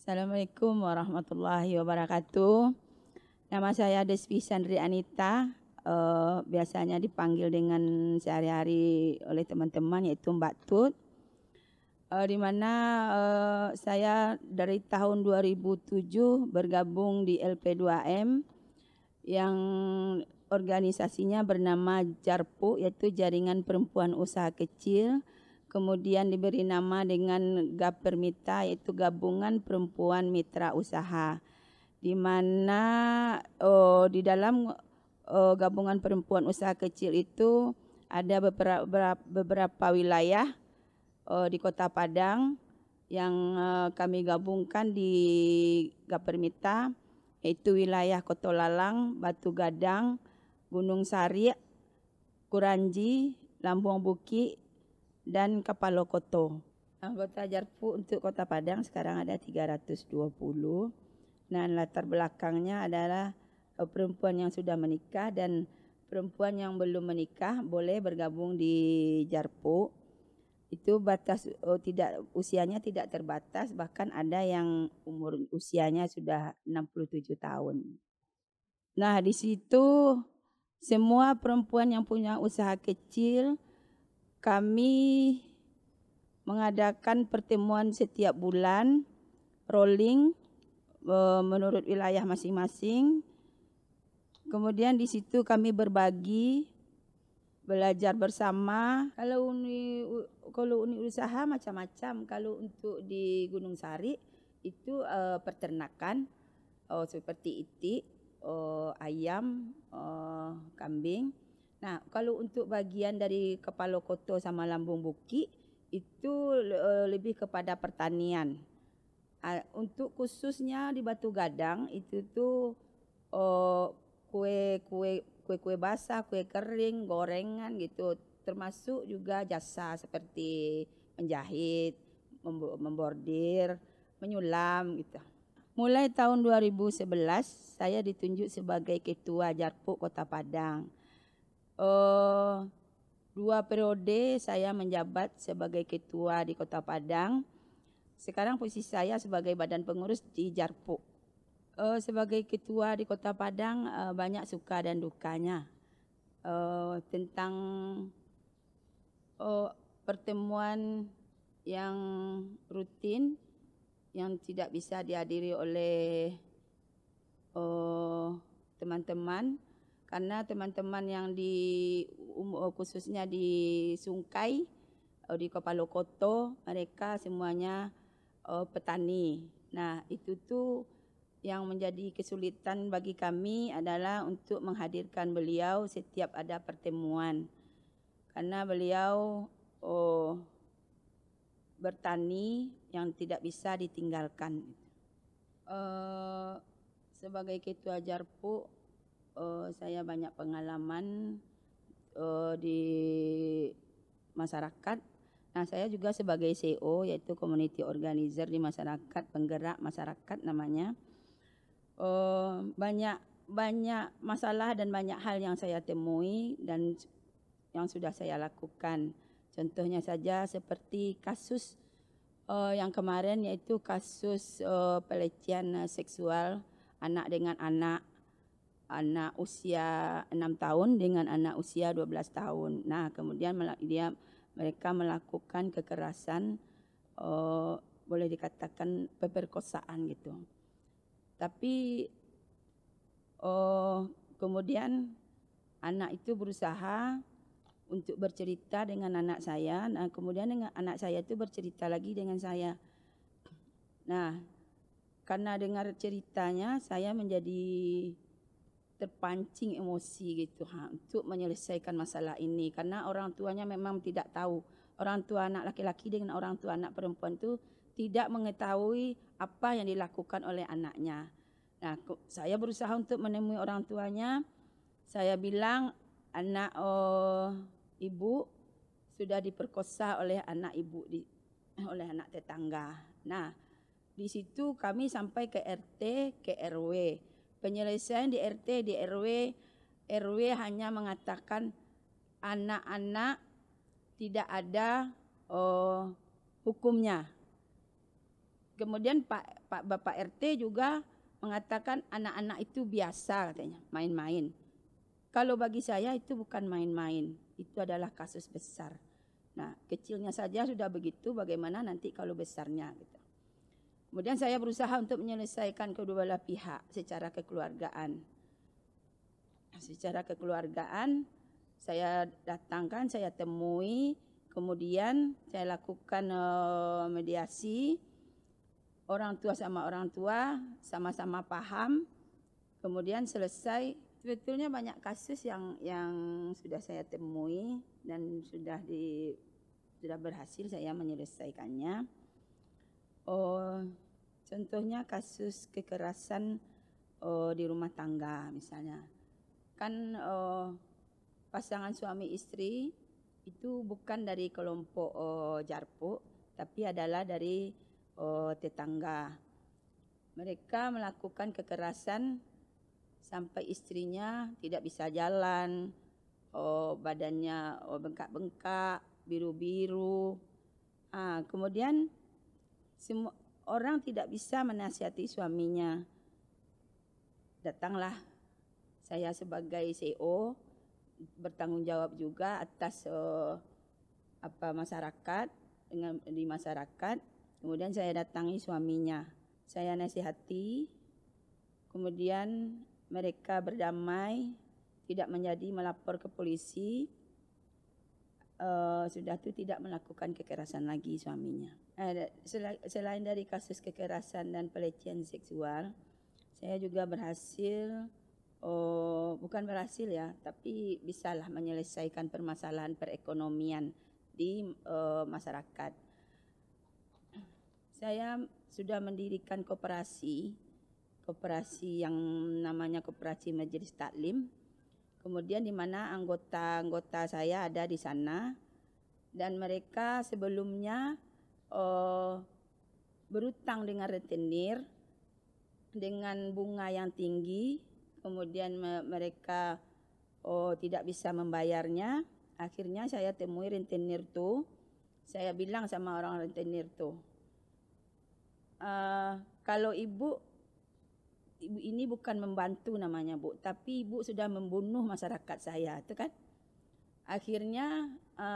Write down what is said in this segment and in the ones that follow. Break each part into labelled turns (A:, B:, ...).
A: Assalamualaikum warahmatullahi wabarakatuh. Nama saya Despi Sandri Anita, biasanya dipanggil dengan sehari-hari oleh teman-teman yaitu Mbak Tut. Di mana saya dari tahun 2007 bergabung di LP2M yang organisasinya bernama JARPU, yaitu Jaringan Perempuan Usaha Kecil. Kemudian diberi nama dengan GAPERMITA, yaitu Gabungan Perempuan Mitra Usaha, di mana di dalam Gabungan Perempuan Usaha Kecil itu ada beberapa wilayah di Kota Padang yang kami gabungkan di GAPERMITA, yaitu wilayah Kotolalang, Batu Gadang, Gunung Sari, Kuranji, Lampung Buki, dan Kapalokoto. Anggota JARPU untuk Kota Padang sekarang ada 320. Dan latar belakangnya adalah perempuan yang sudah menikah dan perempuan yang belum menikah boleh bergabung di JARPU. Itu batas usianya tidak terbatas, bahkan ada yang usianya sudah 67 tahun. Nah, di situ semua perempuan yang punya usaha kecil, kami mengadakan pertemuan setiap bulan, rolling menurut wilayah masing-masing. Kemudian di situ kami berbagi, belajar bersama. Kalau unit usaha macam-macam. Kalau untuk di Gunung Sari itu peternakan seperti itik, ayam, kambing. Nah, kalau untuk bagian dari Kapalokoto sama Lampung Buki itu lebih kepada pertanian. Untuk khususnya di Batu Gadang itu tuh kue basah, kue kering, gorengan gitu, termasuk juga jasa seperti menjahit, membordir, menyulam gitu. Mulai tahun 2011 saya ditunjuk sebagai Ketua JARPU Kota Padang. 2 periode saya menjabat sebagai ketua di Kota Padang. Sekarang posisi saya sebagai badan pengurus di JARPU. Sebagai ketua di Kota Padang banyak suka dan dukanya. Tentang pertemuan yang rutin yang tidak bisa dihadiri oleh teman-teman, karena teman-teman yang khususnya di Sungkai, di Kapalokoto, mereka semuanya petani. Nah, itu tuh yang menjadi kesulitan bagi kami adalah untuk menghadirkan beliau setiap ada pertemuan. Karena beliau bertani yang tidak bisa ditinggalkan. Sebagai ketua JARPU, saya banyak pengalaman di masyarakat. Nah, saya juga sebagai CEO, yaitu community organizer di masyarakat, penggerak masyarakat namanya. Banyak masalah dan banyak hal yang saya temui dan yang sudah saya lakukan. Contohnya saja seperti kasus yang kemarin, yaitu kasus pelecehan seksual anak dengan anak usia 6 tahun dengan anak usia 12 tahun. Nah, kemudian mereka melakukan kekerasan, boleh dikatakan pemerkosaan gitu. Tapi kemudian anak itu berusaha untuk bercerita dengan anak saya. Nah, kemudian dengan anak saya itu bercerita lagi dengan saya. Nah, karena dengar ceritanya saya menjadi terpancing emosi gitu untuk menyelesaikan masalah ini, karena orang tuanya memang tidak tahu. Orang tua anak laki-laki dengan orang tua anak perempuan itu tidak mengetahui apa yang dilakukan oleh anaknya. Nah, saya berusaha untuk menemui orang tuanya. Saya bilang anak ibu sudah diperkosa oleh anak ibu oleh anak tetangga. Nah, di situ kami sampai ke RT, ke RW. Penyelesaian di RT, di RW hanya mengatakan anak-anak tidak ada hukumnya. Kemudian Bapak RT juga mengatakan anak-anak itu biasa katanya, main-main. Kalau bagi saya itu bukan main-main, itu adalah kasus besar. Nah, kecilnya saja sudah begitu, bagaimana nanti kalau besarnya gitu. Kemudian saya berusaha untuk menyelesaikan kedua belah pihak secara kekeluargaan. Secara kekeluargaan saya datangkan, saya temui, kemudian saya lakukan mediasi. Orang tua sama orang tua sama-sama paham, kemudian selesai. Sebetulnya banyak kasus yang sudah saya temui dan sudah berhasil saya menyelesaikannya. Contohnya kasus kekerasan di rumah tangga misalnya. Kan pasangan suami istri itu bukan dari kelompok Jarpo, tapi adalah dari tetangga. Mereka melakukan kekerasan sampai istrinya tidak bisa jalan, badannya bengkak-bengkak, biru-biru. Kemudian semua orang tidak bisa menasihati suaminya. Datanglah saya sebagai CEO bertanggung jawab juga atas masyarakat di masyarakat. Kemudian saya datangi suaminya, saya nasihati, kemudian mereka berdamai, tidak menjadi melapor ke polisi, sudah itu tidak melakukan kekerasan lagi suaminya. Selain dari kasus kekerasan dan pelecehan seksual, saya juga berhasil, bukan berhasil ya, tapi bisalah menyelesaikan permasalahan perekonomian di masyarakat. Saya sudah mendirikan koperasi yang namanya Koperasi Majelis Taklim. Kemudian di mana anggota-anggota saya ada di sana dan mereka sebelumnya berutang dengan rentenir dengan bunga yang tinggi. Kemudian mereka tidak bisa membayarnya. Akhirnya saya temui rentenir tuh. Saya bilang sama orang rentenir tuh, kalau ibu ini bukan membantu namanya Bu, tapi ibu sudah membunuh masyarakat saya, itu kan. Akhirnya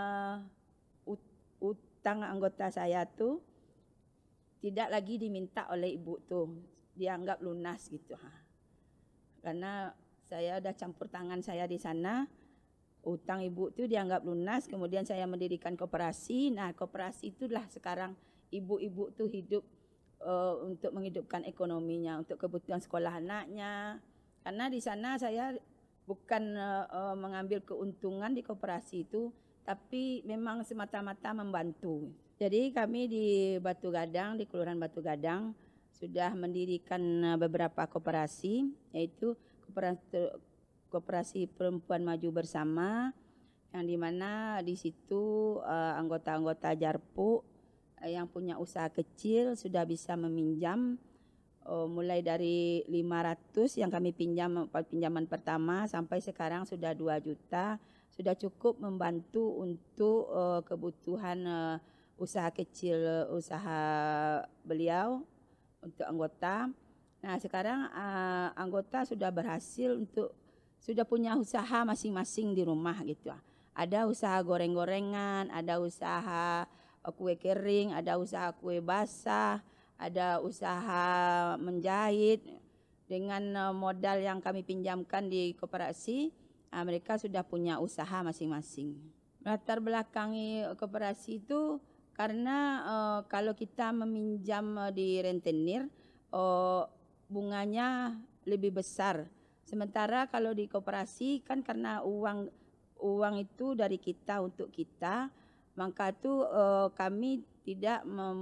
A: utang anggota saya tuh tidak lagi diminta oleh ibu tuh, dianggap lunas gitu. Karena saya udah campur tangan saya di sana, utang ibu tuh dianggap lunas. Kemudian saya mendirikan koperasi. Nah, koperasi itulah sekarang ibu-ibu tuh hidup untuk menghidupkan ekonominya, untuk kebutuhan sekolah anaknya. Karena di sana saya bukan mengambil keuntungan di koperasi itu, tapi memang semata-mata membantu. Jadi kami di Batu Gadang, di Kelurahan Batu Gadang, sudah mendirikan beberapa koperasi, yaitu Koperasi Perempuan Maju Bersama, yang dimana di situ anggota-anggota Jarpu yang punya usaha kecil sudah bisa meminjam mulai dari 500 yang kami pinjaman pertama sampai sekarang sudah 2 juta, sudah cukup membantu untuk kebutuhan usaha kecil usaha beliau untuk anggota. Nah, sekarang anggota sudah berhasil sudah punya usaha masing-masing di rumah gitu. Ada usaha goreng-gorengan, ada usaha kue kering, ada usaha kue basah, ada usaha menjahit. Dengan modal yang kami pinjamkan di koperasi, mereka sudah punya usaha masing-masing. Latar belakangi koperasi itu karena kalau kita meminjam di rentenir, bunganya lebih besar. Sementara kalau di koperasi kan karena uang itu dari kita untuk kita, maka itu kami tidak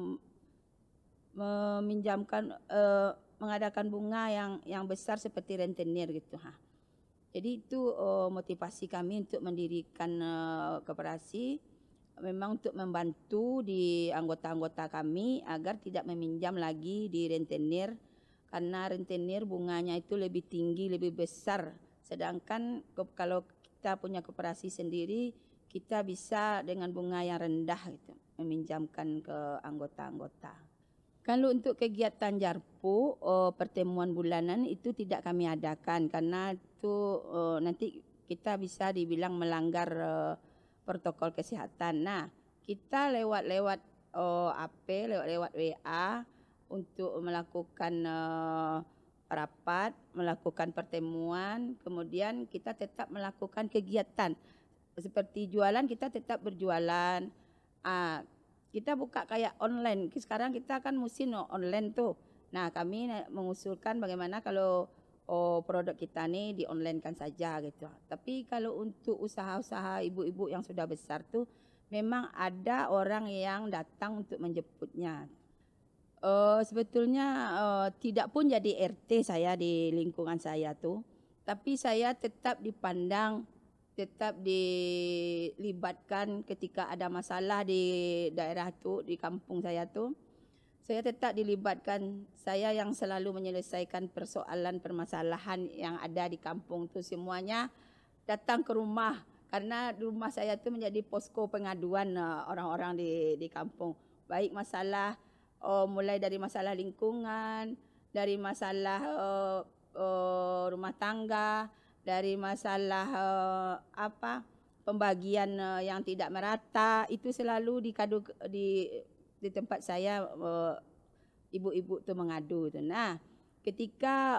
A: meminjamkan mengadakan bunga yang besar seperti rentenir gitu. Jadi itu motivasi kami untuk mendirikan koperasi, memang untuk membantu di anggota-anggota kami agar tidak meminjam lagi di rentenir, karena rentenir bunganya itu lebih tinggi, lebih besar. Sedangkan kalau kita punya koperasi sendiri, kita bisa dengan bunga yang rendah gitu, meminjamkan ke anggota-anggota. Kalau untuk kegiatan Jarpu, pertemuan bulanan itu tidak kami adakan karena itu nanti kita bisa dibilang melanggar protokol kesehatan. Nah, kita lewat-lewat AP, lewat-lewat WA untuk melakukan rapat, melakukan pertemuan, kemudian kita tetap melakukan kegiatan. Seperti jualan, kita tetap berjualan. Kita buka kayak online. Sekarang kita kan musim online tuh. Nah, kami mengusulkan bagaimana kalau produk kita nih di online kan saja gitu. Tapi kalau untuk usaha-usaha ibu-ibu yang sudah besar tuh memang ada orang yang datang untuk menjemputnya. Sebetulnya tidak pun jadi RT saya di lingkungan saya tuh, tapi saya tetap dipandang, tetap dilibatkan ketika ada masalah di daerah tu, di kampung saya tu. Saya tetap dilibatkan, saya yang selalu menyelesaikan persoalan permasalahan yang ada di kampung tu, semuanya datang ke rumah karena rumah saya tu menjadi posko pengaduan orang-orang di kampung. Baik masalah mulai dari masalah lingkungan, dari masalah rumah tangga, dari masalah pembagian yang tidak merata, itu selalu di tempat saya ibu-ibu tu mengadu tu. Nah, ketika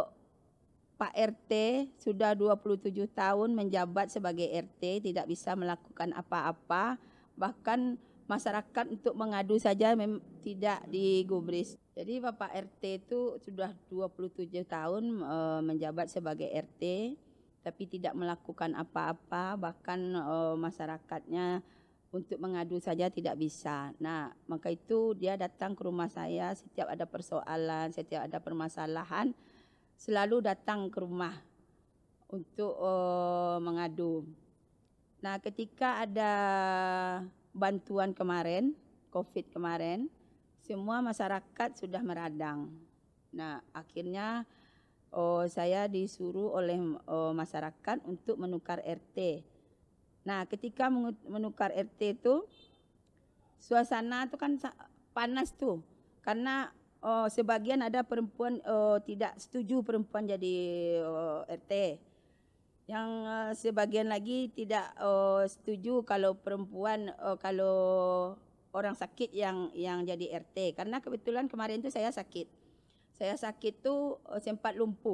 A: Pak RT sudah 27 tahun menjabat sebagai RT, tidak bisa melakukan apa-apa, bahkan masyarakat untuk mengadu saja tidak digubris. Jadi Bapak RT itu sudah 27 tahun menjabat sebagai RT, tapi tidak melakukan apa-apa, bahkan masyarakatnya untuk mengadu saja tidak bisa. Nah, maka itu dia datang ke rumah saya setiap ada persoalan, setiap ada permasalahan, selalu datang ke rumah untuk mengadu. Nah, ketika ada bantuan kemarin, COVID kemarin, semua masyarakat sudah meradang. Nah, akhirnya saya disuruh oleh masyarakat untuk menukar RT. Nah, ketika menukar RT itu, suasana itu kan panas tuh, karena sebagian ada perempuan tidak setuju perempuan jadi RT. Yang sebagian lagi tidak setuju kalau perempuan kalau orang sakit yang jadi RT. Karena kebetulan kemarin tu saya sakit. Saya sakit tu sempat lumpuh.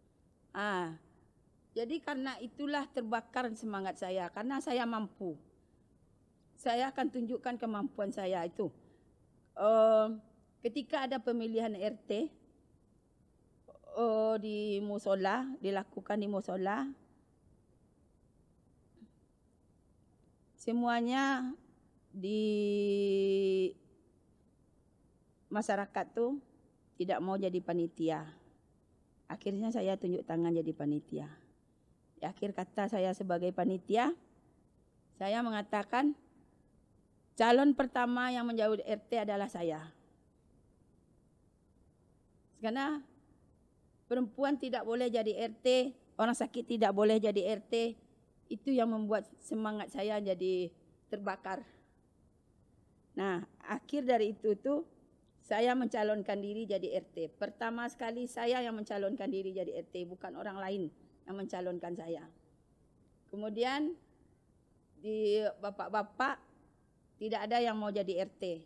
A: Jadi karena itulah terbakar semangat saya, karena saya mampu. Saya akan tunjukkan kemampuan saya itu. Ketika ada pemilihan RT di musola, dilakukan di musola, semuanya di masyarakat tuh tidak mau jadi panitia. Akhirnya saya tunjuk tangan jadi panitia. Di akhir kata saya sebagai panitia, saya mengatakan calon pertama yang menjadi RT adalah saya. Karena perempuan tidak boleh jadi RT, orang sakit tidak boleh jadi RT, itu yang membuat semangat saya jadi terbakar. Nah, akhir dari itu tuh saya mencalonkan diri jadi RT. Pertama sekali saya yang mencalonkan diri jadi RT, bukan orang lain yang mencalonkan saya. Kemudian di bapak-bapak tidak ada yang mau jadi RT.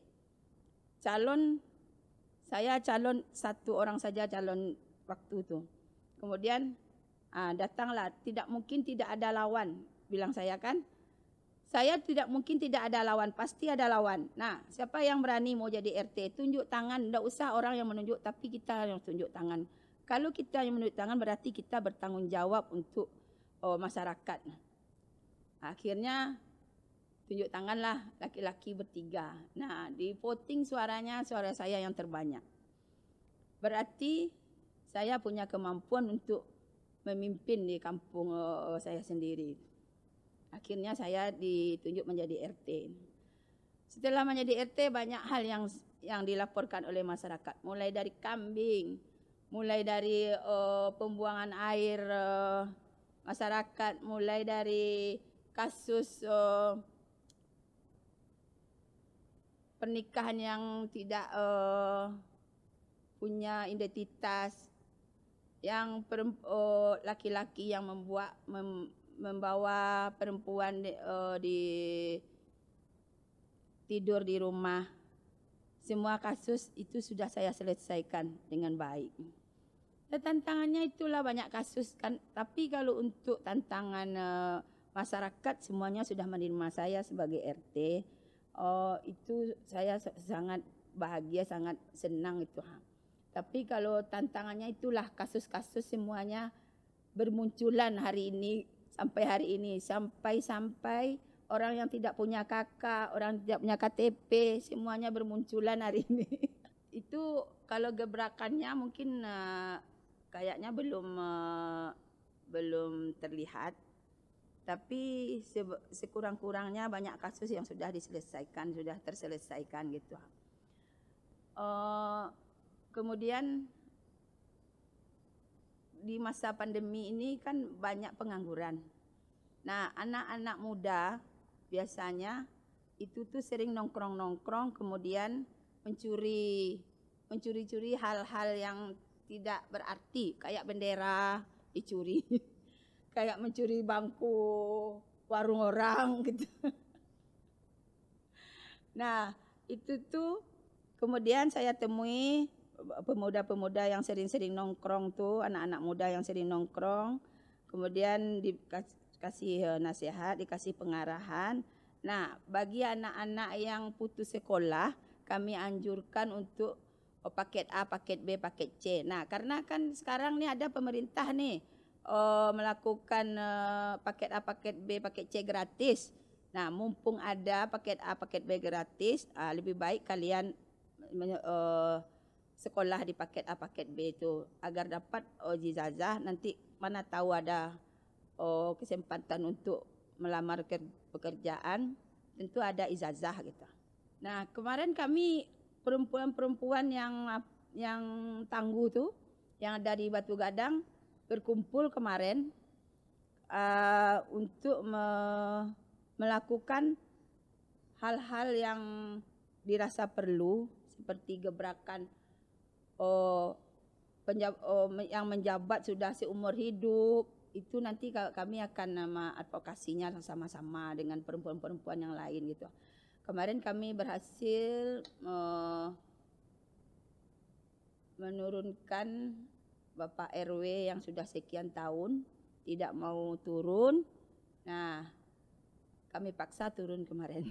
A: Saya calon satu orang saja calon waktu itu. Kemudian datanglah, tidak mungkin tidak ada lawan, bilang saya kan. Saya tidak mungkin tidak ada lawan, pasti ada lawan. Nah, siapa yang berani mau jadi RT? Tunjuk tangan, tidak usah orang yang menunjuk, tapi kita yang tunjuk tangan. Kalau kita yang menunjuk tangan berarti kita bertanggung jawab untuk masyarakat. Akhirnya tunjuk tanganlah laki-laki bertiga. Nah, di voting suara saya yang terbanyak. Berarti saya punya kemampuan untuk memimpin di kampung saya sendiri. Akhirnya saya ditunjuk menjadi RT. Setelah menjadi RT banyak hal yang dilaporkan oleh masyarakat. Mulai dari kambing, mulai dari pembuangan air masyarakat, mulai dari kasus pernikahan yang tidak punya identitas, yang laki-laki yang membawa perempuan di tidur di rumah. Semua kasus itu sudah saya selesaikan dengan baik. Dan tantangannya itulah banyak kasus kan. Tapi kalau untuk tantangan masyarakat semuanya sudah menerima saya sebagai RT. Itu saya sangat bahagia, sangat senang itu. Tapi kalau tantangannya itulah kasus-kasus semuanya bermunculan hari ini sampai hari ini. Sampai orang yang tidak punya kakak, orang tidak punya KTP, semuanya bermunculan hari ini. Itu kalau gebrakannya mungkin kayaknya belum terlihat. Tapi sekurang-kurangnya banyak kasus yang sudah diselesaikan, sudah terselesaikan gitu. Kemudian di masa pandemi ini kan banyak pengangguran. Nah, anak-anak muda biasanya itu tuh sering nongkrong-nongkrong, kemudian mencuri hal-hal yang tidak berarti, kayak bendera dicuri, kayak mencuri bangku warung orang gitu. Nah, itu tuh kemudian saya temui pemuda-pemuda yang sering-sering nongkrong tuh, anak-anak muda yang sering nongkrong, kemudian dikasih nasihat, dikasih pengarahan. Nah, bagi anak-anak yang putus sekolah, kami anjurkan untuk paket A, paket B, paket C. Nah, karena kan sekarang nih ada pemerintah nih melakukan paket A, paket B, paket C gratis. Nah, mumpung ada paket A, paket B gratis, lebih baik kalian sekolah di paket A, paket B itu agar dapat ijazah. Nanti mana tahu ada kesempatan untuk melamar pekerjaan, tentu ada ijazah gitu. Nah, kemarin kami perempuan-perempuan yang tangguh tuh, yang ada di Batu Gadang, berkumpul kemarin untuk melakukan hal-hal yang dirasa perlu, seperti gebrakan yang menjabat sudah seumur hidup. Itu nanti kami akan advokasinya sama-sama dengan perempuan-perempuan yang lain gitu. Kemarin kami berhasil menurunkan Bapak RW yang sudah sekian tahun tidak mau turun. Nah, kami paksa turun kemarin.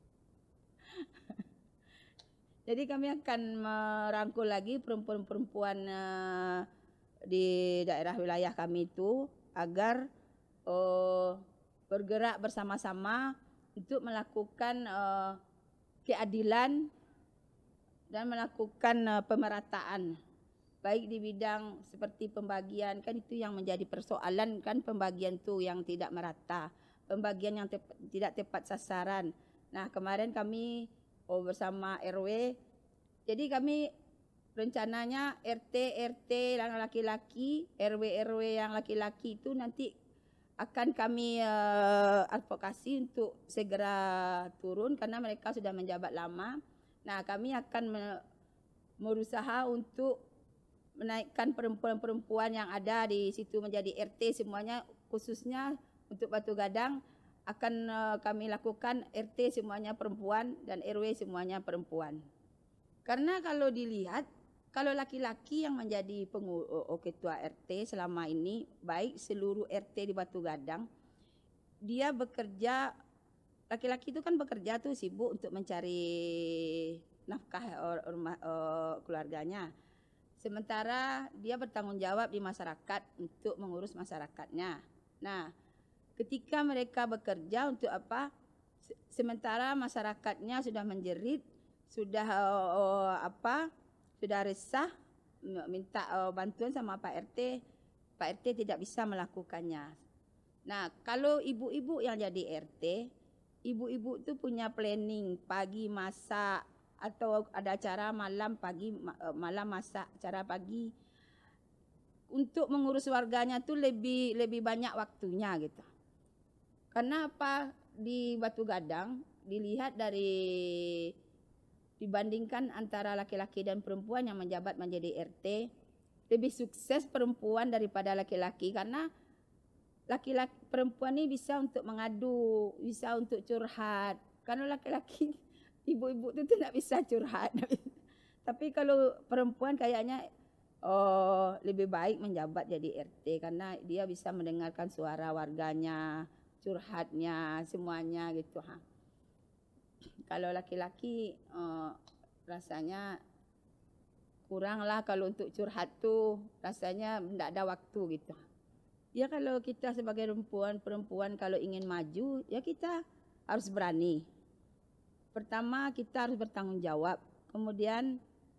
A: Jadi kami akan merangkul lagi perempuan-perempuan di daerah wilayah kami itu agar bergerak bersama-sama untuk melakukan keadilan dan melakukan pemerataan, baik di bidang seperti pembagian, kan itu yang menjadi persoalan kan, pembagian itu yang tidak merata, pembagian yang tidak tepat sasaran. Nah, kemarin kami bersama RW, jadi kami rencananya RT yang laki-laki, RW yang laki-laki itu nanti akan kami advokasi untuk segera turun karena mereka sudah menjabat lama. Nah, kami akan berusaha untuk menaikkan perempuan-perempuan yang ada di situ menjadi RT semuanya, khususnya untuk Batu Gadang akan kami lakukan RT semuanya perempuan dan RW semuanya perempuan. Karena kalau dilihat, kalau laki-laki yang menjadi ketua RT selama ini, baik seluruh RT di Batu Gadang, dia bekerja, laki-laki itu kan bekerja tuh sibuk untuk mencari nafkah keluarganya. Sementara dia bertanggung jawab di masyarakat untuk mengurus masyarakatnya. Nah, ketika mereka bekerja untuk apa? Sementara masyarakatnya sudah menjerit, sudah sudah resah, minta bantuan sama Pak RT tidak bisa melakukannya. Nah, kalau ibu-ibu yang jadi RT, ibu-ibu itu punya planning, pagi masak atau ada acara malam, pagi malam masak, acara pagi. Untuk mengurus warganya tuh lebih banyak waktunya gitu. Karena apa? Di Batu Gadang dilihat dari dibandingkan antara laki-laki dan perempuan yang menjabat menjadi RT, lebih sukses perempuan daripada laki-laki karena laki-laki perempuan ni bisa untuk mengadu, bisa untuk curhat. Kalau laki-laki ibu-ibu tu tak bisa curhat. Tapi kalau perempuan kayaknya lebih baik menjabat jadi RT karena dia bisa mendengarkan suara warganya, curhatnya, semuanya gitu. Kalau laki-laki rasanya kuranglah kalau untuk curhat tu, rasanya tidak ada waktu gitu. Ya kalau kita sebagai perempuan kalau ingin maju, ya kita harus berani. Pertama kita harus bertanggung jawab. Kemudian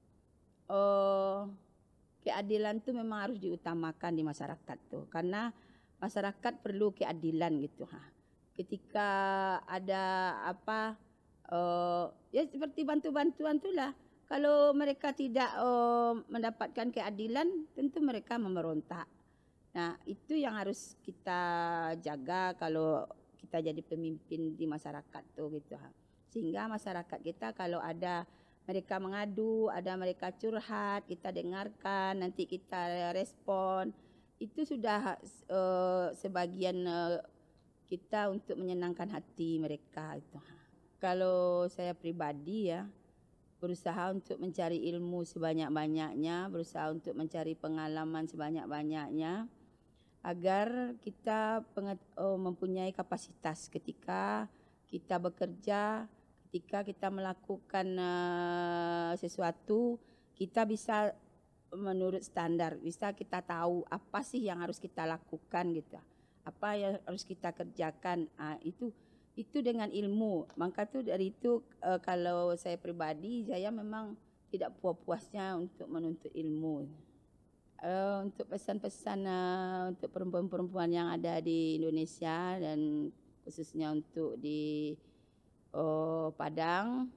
A: keadilan tu memang harus diutamakan di masyarakat tu. Karena masyarakat perlu keadilan gitu. Ketika ada apa, ya seperti bantu-bantuan itulah. Kalau mereka tidak mendapatkan keadilan, tentu mereka memberontak. Nah, itu yang harus kita jaga kalau kita jadi pemimpin di masyarakat tuh gitu. Sehingga masyarakat kita kalau ada mereka mengadu, ada mereka curhat, kita dengarkan, nanti kita respon. Itu sudah sebagian kita untuk menyenangkan hati mereka itu. Kalau saya pribadi ya, berusaha untuk mencari ilmu sebanyak-banyaknya, berusaha untuk mencari pengalaman sebanyak-banyaknya, agar kita mempunyai kapasitas ketika kita bekerja, ketika kita melakukan sesuatu, kita bisa menurut standar, bisa kita tahu apa sih yang harus kita lakukan gitu, apa yang harus kita kerjakan. Itu dengan ilmu. Maka tu dari itu kalau saya pribadi, saya memang tidak puas-puasnya untuk menuntut ilmu. Untuk pesan-pesan untuk perempuan-perempuan yang ada di Indonesia dan khususnya untuk di Padang,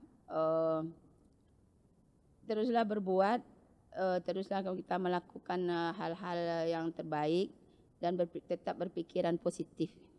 A: teruslah berbuat, teruslah kita melakukan hal-hal yang terbaik dan tetap berpikiran positif.